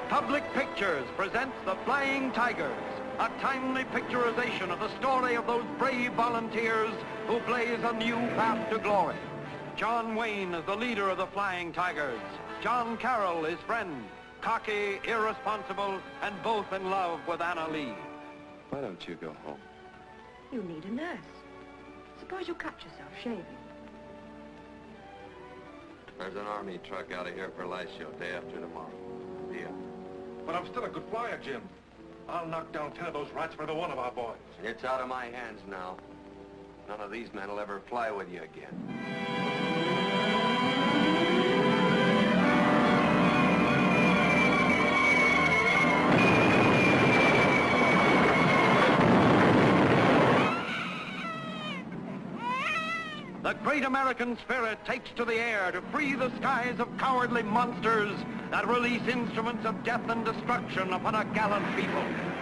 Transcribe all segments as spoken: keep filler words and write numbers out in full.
Republic Pictures presents The Flying Tigers, a timely picturization of the story of those brave volunteers who blaze a new path to glory. John Wayne is the leader of the Flying Tigers. John Carroll, his friend, cocky, irresponsible, and both in love with Anna Lee. Why don't you go home? You need a nurse. Suppose you cut yourself shaving. There's an army truck out of here for last show day after tomorrow. Yeah. But I'm still a good flyer, Jim. I'll knock down ten of those rats for the one of our boys. It's out of my hands now. None of these men will ever fly with you again. The great American spirit takes to the air to free the skies of cowardly monsters that release instruments of death and destruction upon a gallant people.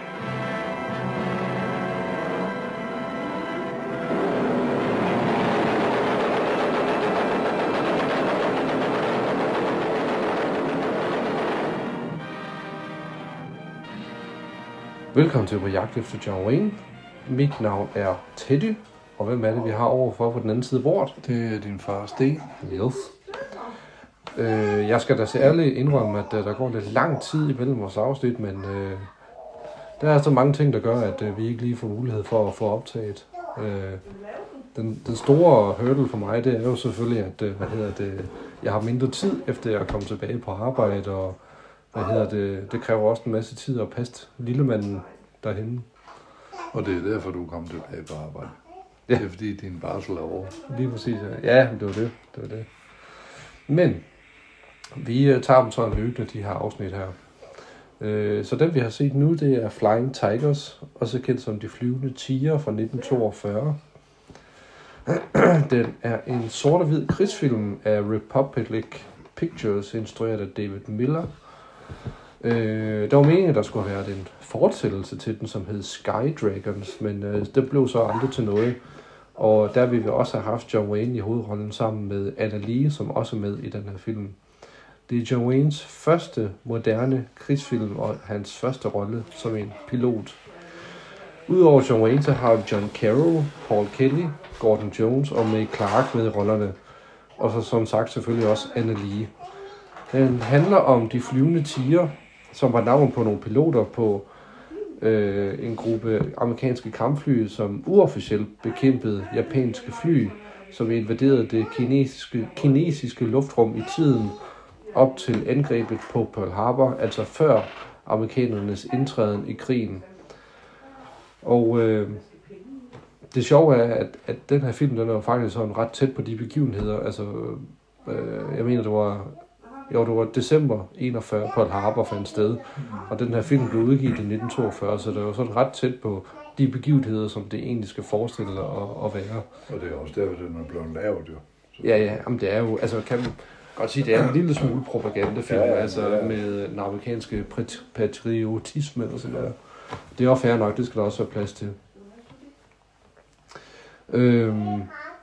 Velkommen til På jagt efter John Wayne. Mit navn er Teddy. Og hvem er det, vi har overfor på den anden side af bordet? Det er din far, Sten. Yes. Øh, jeg skal da så ærligt indrømme, at uh, der går lidt lang tid imellem vores afsnit, men uh, der er så mange ting, der gør, at uh, vi ikke lige får mulighed for at få optaget. Uh, den, den store hurdle for mig, det er jo selvfølgelig, at uh, hvad hedder det, jeg har mindre tid, efter jeg er kommet tilbage på arbejde, og hvad hedder det, det kræver også en masse tid at passe lillemanden derhenne. Og det er derfor, du er kommet tilbage på arbejde. Ja. Det er fordi, din barsel er over. Lige præcis, ja. Ja, det var det. det, var det. Men vi tager dem sådan løbende, de her afsnit her. Øh, så den, vi har set nu, det er Flying Tigers, også kendt som De Flyvende Tiger fra nitten toogfyrre. Den er en sort og hvid krigsfilm af Republic Pictures, instrueret af David Miller. Øh, der var meningen, at der skulle have været en fortsættelse til den, som hed Sky Dragons, men øh, det blev så aldrig til noget. Og der vil vi også have haft John Wayne i hovedrollen sammen med Anna Lee, som også er med i den her film. Det er John Waynes første moderne krigsfilm og hans første rolle som en pilot. Udover John Wayne, så har John Carroll, Paul Kelly, Gordon Jones og Mae Clarke med i rollerne. Og så som sagt selvfølgelig også Anna Lee. Den handler om de flyvende tiger, som var navn på nogle piloter på øh, en gruppe amerikanske kampfly, som uofficielt bekæmpede japanske fly, som invaderede det kinesiske, kinesiske luftrum i tiden op til angrebet på Pearl Harbor, altså før amerikanernes indtræden i krigen. Og øh, det sjove er, at, at den her film, den er jo faktisk sådan ret tæt på de begivenheder. Altså, øh, jeg mener, det var... Jo, det var december enogfyrre på Pearl Harbor fandt sted, og den her film blev udgivet i nitten toogfyrre, så det var sådan ret tæt på de begivenheder, som det egentlig skal forestille at, at være. Og det er også derfor, den er blevet lavet, jo. Så. Ja, ja, jamen det er jo, altså kan man godt sige, det er en lille smule propagandafilm, ja, ja, altså ja. Med den amerikanske patriotisme og sådan noget. Det er også fair nok, det skal der også være plads til. Øhm...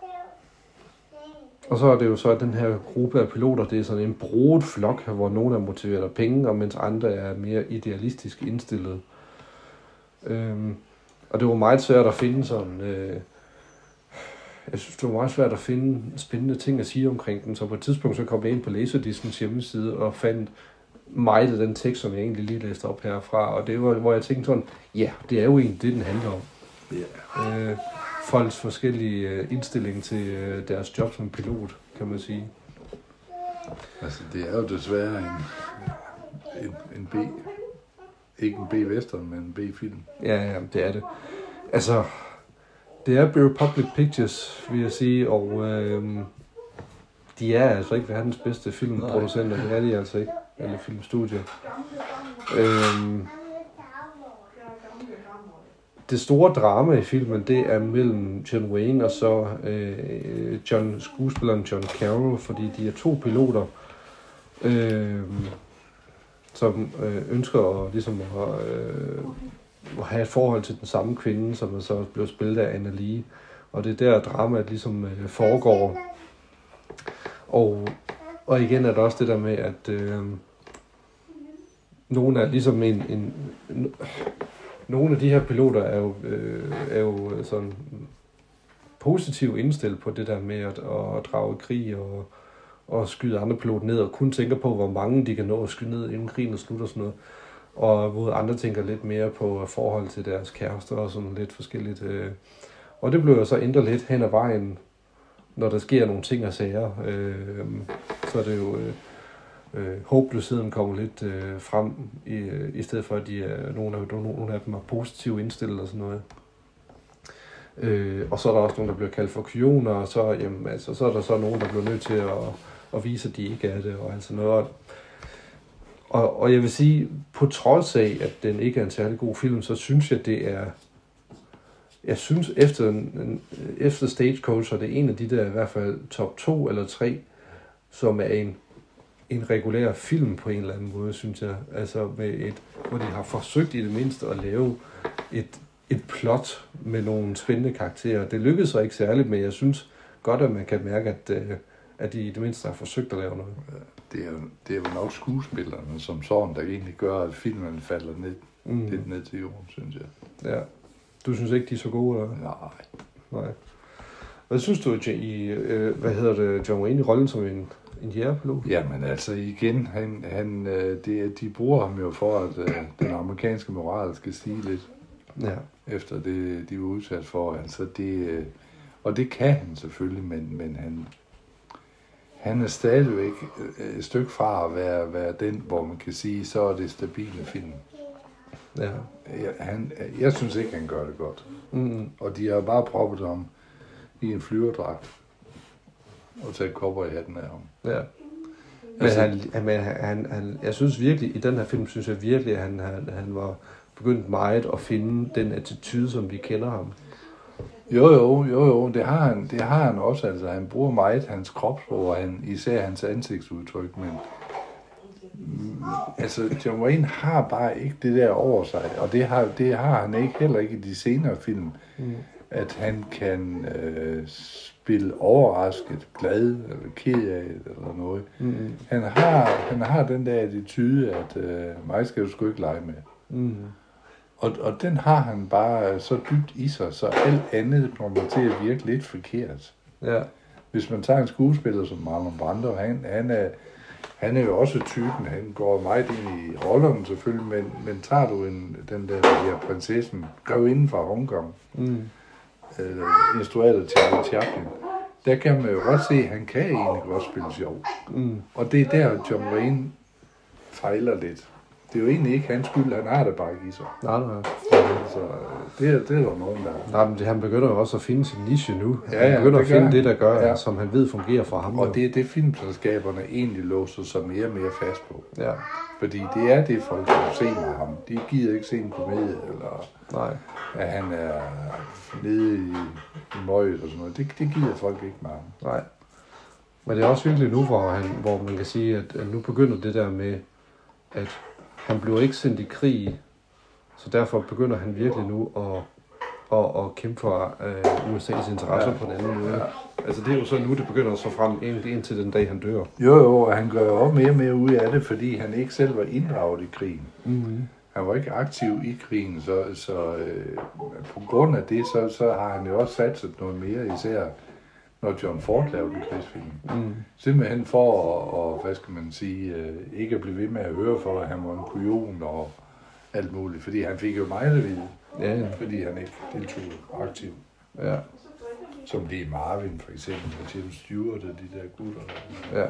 Og så er det jo så, at den her gruppe af piloter, det er sådan en broet flok, hvor nogle er motiveret af penge, og mens andre er mere idealistisk indstillet. Øhm, og det var meget svært at finde sådan... Øh, jeg synes, det var meget svært at finde spændende ting at sige omkring den, så på et tidspunkt så kom jeg ind på Laserdiscens hjemmeside og fandt meget af den tekst, som jeg egentlig lige læste op herfra, og det var, hvor jeg tænkte sådan, ja, det er jo egentlig det, den handler om. Yeah. Øh, folks forskellige øh, indstilling til øh, deres job som pilot, kan man sige. Altså, det er jo desværre en, en, en B, ikke en B-western, men en B-film. Ja, ja, det er det. Altså, det er Republic Pictures, vil jeg sige, og øh, de er altså ikke verdens bedste filmproducenter, det er de altså ikke, eller filmstudier. Øh, Det store drama i filmen, det er mellem John Wayne og så øh, John, skuespilleren John Carroll, fordi de er to piloter, øh, som øh, ønsker at, ligesom at, øh, at have et forhold til den samme kvinde, som er så blev spillet af Anna Lee. Og det er der dramaet ligesom øh, foregår. Og, og igen er der også det der med, at øh, nogle af ligesom en, en, en nogle af de her piloter er jo, øh, er jo sådan positivt indstillet på det der med at, at drage krig og, og skyde andre piloter ned, og kun tænker på, hvor mange de kan nå at skyde ned, inden krigen er slut og sådan noget. Og hvor andre tænker lidt mere på forhold til deres kærester og sådan lidt forskelligt. Øh. Og det blev jo så ændret lidt hen ad vejen, når der sker nogle ting og sager. Øh, så er det jo... Øh, Øh, håbløsheden kommer lidt øh, frem, i, i stedet for, at de er, nogle, af, nogle af dem er positivt indstillet og sådan noget. Øh, og så er der også nogen, der bliver kaldt for kyoner, og så, jamen, altså, så er der så nogen, der bliver nødt til at, at vise, at de ikke er det, og altså noget. Og, og jeg vil sige, på trods af, at den ikke er en særlig god film, så synes jeg, det er... Jeg synes, efter, en, efter Stagecoach, er det en af de der i hvert fald top to eller tre, som er en en regulær film på en eller anden måde, synes jeg. Altså, med et, hvor de har forsøgt i det mindste at lave et, et plot med nogle spændende karakterer. Det lykkedes så ikke særligt, men jeg synes godt, at man kan mærke, at, at de i det mindste har forsøgt at lave noget. Det er jo, det er jo nok skuespillerne som sådan, der egentlig gør, at filmen falder ned, mm. lidt ned til jorden, synes jeg. Ja. Du synes ikke, de er så gode, eller? Nej. Nej. Hvad synes du i, øh, hvad hedder det, John Wayne i rollen som en En jægerpilot? Jamen altså igen, han, han, det, de bruger ham jo for, at uh, den amerikanske moral skal stige lidt, ja. Efter det, de var udsat for. Altså det, og det kan han selvfølgelig, men, men han, han er stadigvæk et stykke fra at være, være den, hvor man kan sige, så er det stabile film. Ja. Jeg, han, jeg synes ikke, han gør det godt. Mm. Og de har bare proppet ham i en flyverdragt og taget kopper i hatten af ham. Ja. Men, altså, han, men han, han, jeg synes virkelig, i den her film, synes jeg virkelig, at han, han, han var begyndt meget at finde den attitude, som vi kender ham. Jo, jo, jo, jo, det har han, det har han også. Altså, han bruger meget hans kropssprog, og han, især hans ansigtsudtryk, men mm, altså, John Wayne har bare ikke det der over sig, og det har, det har han ikke heller ikke i de senere film, mm. at han kan øh, spille overrasket, glad eller ked af eller noget. Mm-hmm. Han har han har den der attitude, at øh, mig skal du sgu ikke lege med. Mm-hmm. Og, og den har han bare så dybt i sig, så alt andet kommer til at virke lidt forkert. Ja. Hvis man tager en skuespiller som Marlon Brando, han, han, er, han er jo også typen, han går meget ind i rollerne selvfølgelig, men, men tager du en, den der, der her prinsessen, grevinden fra Hongkong, mm. øh, instrueret af Charlie Chaplin, der kan man jo godt se, at han kan egentlig godt spille sjov. Mm. Og det er der, John Wayne fejler lidt. Det er jo egentlig ikke hans skyld, han har det bare ikke i sig. Nej, nej. Så det er, det er der nogen, der... Nej, men det, han begynder jo også at finde sin niche nu. Han ja, ja, begynder det at finde han. det, der gør, ja. som han ved fungerer for ham. Og det er det, filmselskaberne egentlig låser sig mere og mere fast på. Ja. Fordi det er det, folk vil se med ham. De gider ikke se en komedie, eller nej. At han er nede i, i møget og sådan noget. Det, det gider folk ikke med ham. Nej. Men det er også virkelig nu, hvor, han, hvor man kan sige, at, at nu begynder det der med, at han bliver ikke sendt i krig, så derfor begynder han virkelig nu at, at, at kæmpe for uh, U S A's interesser ja. På den anden måde. Ja. Altså det er jo så nu, det begynder så frem egentlig indtil den dag, han dør. Jo, jo, og han gør jo også mere og mere ud af det, fordi han ikke selv var inddraget i krigen. Mm-hmm. Han var ikke aktiv i krigen, så, så øh, på grund af det, så, så har han jo også satset noget mere, især når John Ford lavede en krigsfilm. Mm. Simpelthen for at, og, hvad skal man sige, øh, ikke at blive ved med at høre for, at han var en kujon og alt muligt, fordi han fik jo meget at vide, ja, ja. Fordi han ikke deltog aktivt. Ja. Som det er Marvin for eksempel, og James Stewart og de der gutter. Ja.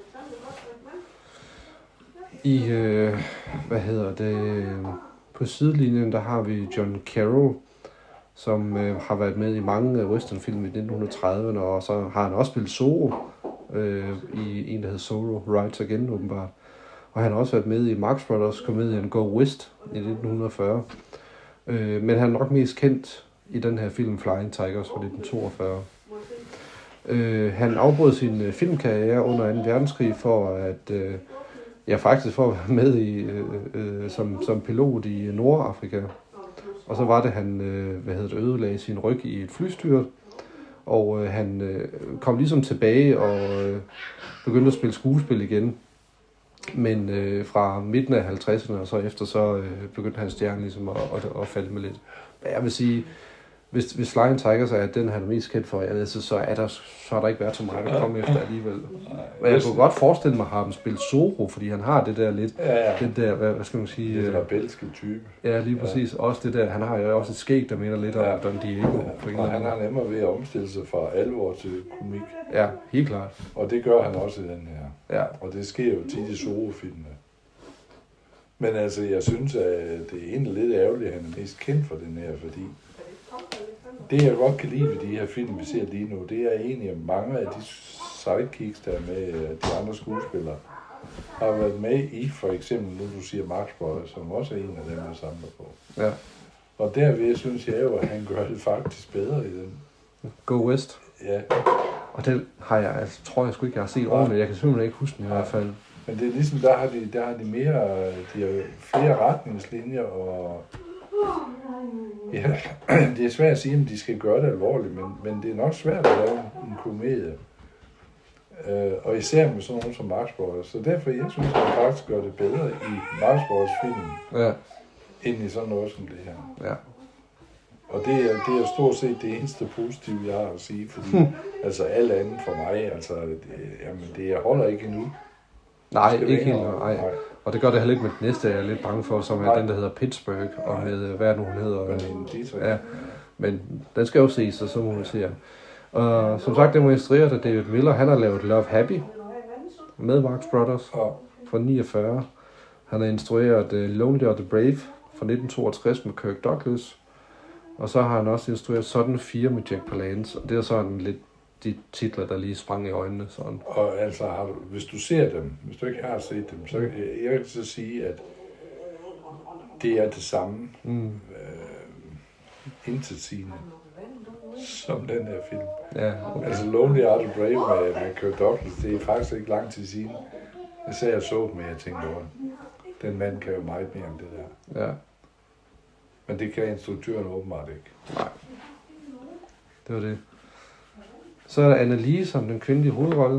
I, øh, hvad hedder det, på sidelinjen, der har vi John Carroll, som øh, har været med i mange westernfilm i nitten trediverne, og så har han også spillet Zorro øh, i en, der hedder Zorro Rides Again, åbenbart. Og han har også været med i Marx Brothers komedien Go West i nitten fyrre. Øh, men han er nok mest kendt i den her film Flying Tigers fra nitten toogfyrre. Øh, han afbrød sin øh, filmkarriere under anden verdenskrig for at, øh, ja faktisk for at være med i, øh, øh, som, som pilot i Nordafrika. Og så var det, han øh, hvad hedder det, ødelagde sin ryg i et flystyrt, og øh, han øh, kom ligesom tilbage og øh, begyndte at spille skuespil igen. Men øh, fra midten af halvtredserne og så efter, så øh, begyndte hans stjerne ligesom at, at, at falde med lidt. Men jeg vil sige, hvis, hvis Flying Tigers er den, han er mest kendt for, jeg ved, så, så, er der, så har der ikke været så meget at komme efter alligevel. Men jeg kunne godt forestille mig, at ham spille Zorro, fordi han har det der lidt, Ja, ja. den der, hvad, hvad skal man sige? Det er en rebelske type. Ja, lige præcis. Ja. Også det der, han har jo også et skæg, der minder lidt om Ja. Don Diego. Ja, På en og eller han anden har måde. nemmere ved at omstille sig fra alvor til komik. Ja, helt klart. Og det gør han også i den her. Ja. Og det sker jo tit i Zorro-filmene. Men altså, jeg synes, at det er egentlig lidt ærgerligt, at han er mest kendt for den her, fordi det, jeg godt kan lide ved de her film, vi ser lige nu, det er egentlig, at mange af de sidekicks, der er med de andre skuespillere, har været med i, for eksempel, nu du siger Max Brothers, som også er en af dem, jeg samler på. Ja. Og derved synes jeg jo, at han gør det faktisk bedre i den. Go West. Ja, Og den har jeg, altså, tror jeg sgu ikke, jeg har set ordentligt. Jeg kan simpelthen ikke huske den i hvert fald. men det er ligesom, der har de, der har de mere, de har flere retningslinjer, og ja, det er svært at sige, om de skal gøre det alvorligt, men, men det er nok svært at lave en komedie. Uh, og især med sådan nogen som Max Brothers. Så derfor, jeg synes, at han faktisk gør det bedre i Max Brothers film, Ja. end i sådan noget som det her. Ja. Og det er, det er stort set det eneste positive, jeg har at sige, fordi altså alt andet for mig, altså, det, jamen, det holder ikke endnu. Nej, Skal ikke længere. helt. Nej. Nej. Og det gør det heller ikke med den næste, jeg er lidt bange for, som er Nej. den, der hedder Pittsburgh, og med, øh, hvad er det nu, hun hedder? Men en dito, Ja, men den skal jo ses, og så må vi se. Og som sagt, den var instrueret af David Miller. Han har lavet Love Happy med Marx Brothers Og fra niogfyrre. Han har instrueret uh, Lonely or the Brave fra nitten toogtres med Kirk Douglas. Og så har han også instrueret Sådan fire med Jack Palance. Og det er sådan lidt de titler, der lige sprang i øjnene. Sådan. Og altså, har du, hvis du ser dem, hvis du ikke har set dem, så jeg, jeg kan så sige, at det er det samme Mm. øh, intetsigende som den her film. Ja, okay. Altså, Lonely Are the Brave med, med Kirk Douglas, det er faktisk ikke lang tid siden. Jeg sagde, jeg så dem, og jeg tænkte over, den mand kan jo meget mere end det der. Ja, Men det kan instruktøren åbenbart ikke. det var det. Så er der Annalise som den kvindelige hovedrolle.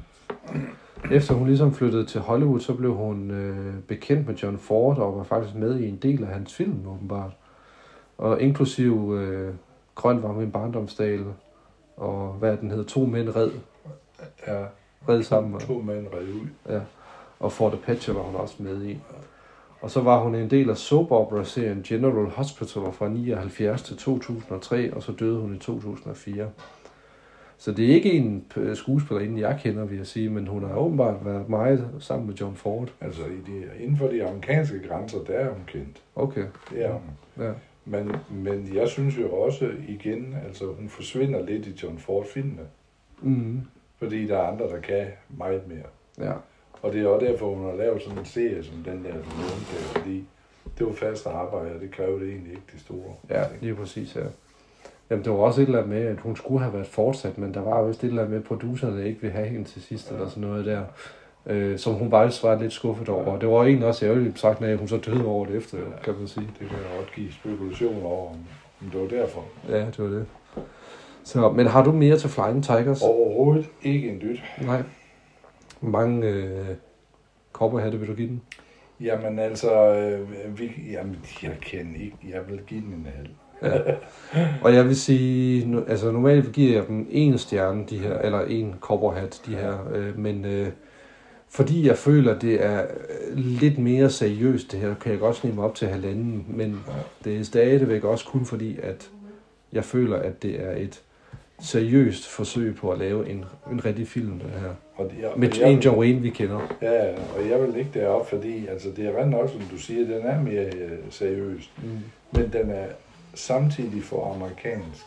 Efter hun ligesom flyttede til Hollywood, så blev hun øh, bekendt med John Ford og var faktisk med i en del af hans film, åbenbart. Og inklusiv øh, Grøn var min barndomsdal, og hvad den hed, To mænd red, Ja, red sammen. to mænd red ud. Ja. Og For the Patcher var hun også med i. Og så var hun en del af soap opera-serien General Hospital fra nioghalvfjerds til to tusind og tre, og så døde hun i to tusind og fire. Så det er ikke en skuespillerinde, jeg kender, vil jeg sige, men hun har åbenbart været meget sammen med John Ford. Altså, i de, inden for de amerikanske grænser, der er hun kendt. Okay. Det er hun. Ja. Men, men jeg synes jo også igen, altså hun forsvinder lidt i John Ford-filmene. Mm. Fordi der er andre, der kan meget mere. Ja. Og det er også derfor, hun har lavet sådan en serie som den der, du nævnte der, fordi det var fast arbejde, og det krævede egentlig ikke de store Ja, ting. lige præcis, ja. Jamen, det var også et eller andet med, at hun skulle have været fortsat, men der var jo vist et eller andet med, at producerne ikke ville have hende til sidst, ja. Eller sådan noget der, øh, som hun bare var lidt skuffet over. Og det var egentlig også ærgerligt sagt, at hun så døde over det efter, ja. Kan man sige. Det kan jo også give spekulationer over, om, om det var derfor. Ja, det var det. Så, men har du mere til Flying Tigers? Overhovedet ikke en dyt. Nej. Hvor mange øh, cowboyhatte vil du give den? Jamen altså, øh, vi, jamen, jeg kan ikke, jeg vil give den en halv. Ja. Og jeg vil sige, nu, altså normalt giver jeg dem en stjerne, de her, eller en cowboyhat, de her, øh, men øh, fordi jeg føler, det er lidt mere seriøst, det her, kan jeg godt snige mig op til halvanden, men det er stadigvæk også kun fordi, at jeg føler, at det er et seriøst forsøg på at lave en, en rigtig film, det her. Og det, jeg, Med jeg, en John Wayne, vi kender. Ja, og jeg vil ikke derop, fordi altså, det er rent nok, som du siger, den er mere øh, seriøs, Mm. men den er samtidig for amerikansk.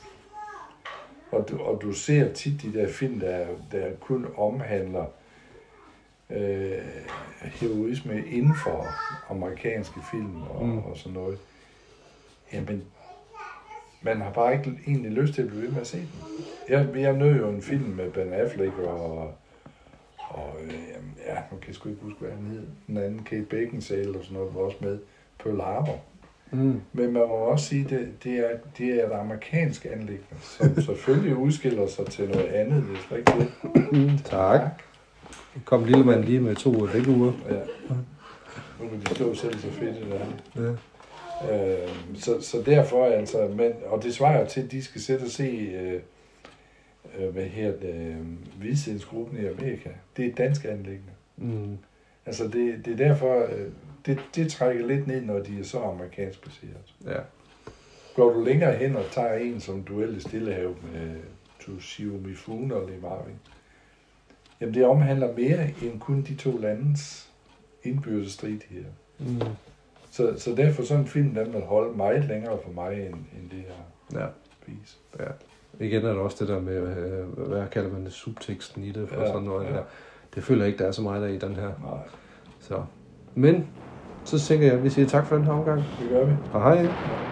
Og du, og du ser tit de der film, der, der kun omhandler øh, heroisme inden for amerikanske film og, Mm. og sådan noget. Jamen, man har bare ikke egentlig lyst til at blive ved med at se den. Jeg, jeg nød jo en film med Ben Affleck og, og øh, jamen, ja, nu kan jeg sgu ikke huske, hvad han hed. Den anden, Kate Beckinsale og sådan noget, var også med. Pearl Harbor. Mm. Men man må også sige, at det, det, er, det er et amerikansk anliggende, som selvfølgelig udskiller sig til noget andet. Det er slet ikke det. Mm. Tak. Kom lille mand lige med to vækkeuger. Ja. Nu kan de stå selv så fedt, det er. Ja. Øh, så, så derfor, altså, men, og det svarer til, at de skal sætte og se, øh, øh, hvad her det, øh, hvidstensgruppen i Amerika. Det er et dansk anliggende. Mm. Altså, det, det er derfor, øh, det, det trækker lidt ned, når de er så amerikansk baseret. Ja. Går du længere hen og tager en som Duel i Stillehavet med Toshio Mifune og Lee Marvin, jamen det omhandler mere end kun de to landes indbyrdes stridigheder. Mm. Så, så derfor sådan en film, den vil holde meget længere for mig, end, end det her Ja. vis. Ja. Igen er der også det der med, øh, hvad kalder man det, subteksten i det, for Ja, sådan noget ja. her. Det føler jeg ikke, der er så meget af i den her. Nej, Så. Men, så tænker jeg, at vi siger tak for den her omgang. det gør vi. Og hej.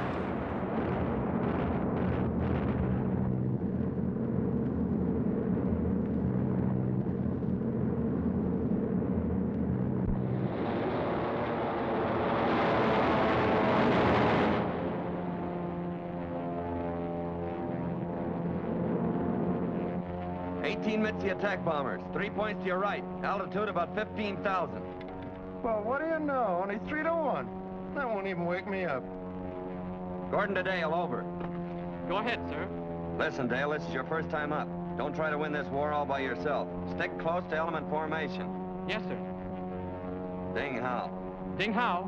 eighteen Mitzi attack bombers. Three points to your right. Altitude about fifteen thousand. Well, what do you know? Only three to one. That won't even wake me up. Gordon to Dale, over. Go ahead, sir. Listen, Dale, this is your first time up. Don't try to win this war all by yourself. Stick close to element formation. Yes, sir. Ding Hao. Ding Hao.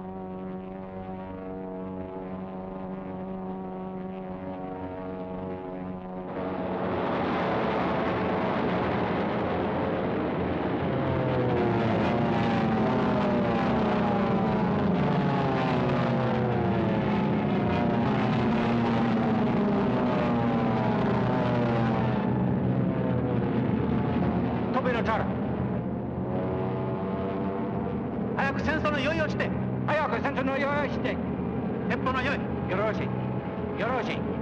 Tobiのチャラ。早く戦争の用意をして。早く戦争の用意をして。鉄砲の用意。よろしい。よろしい。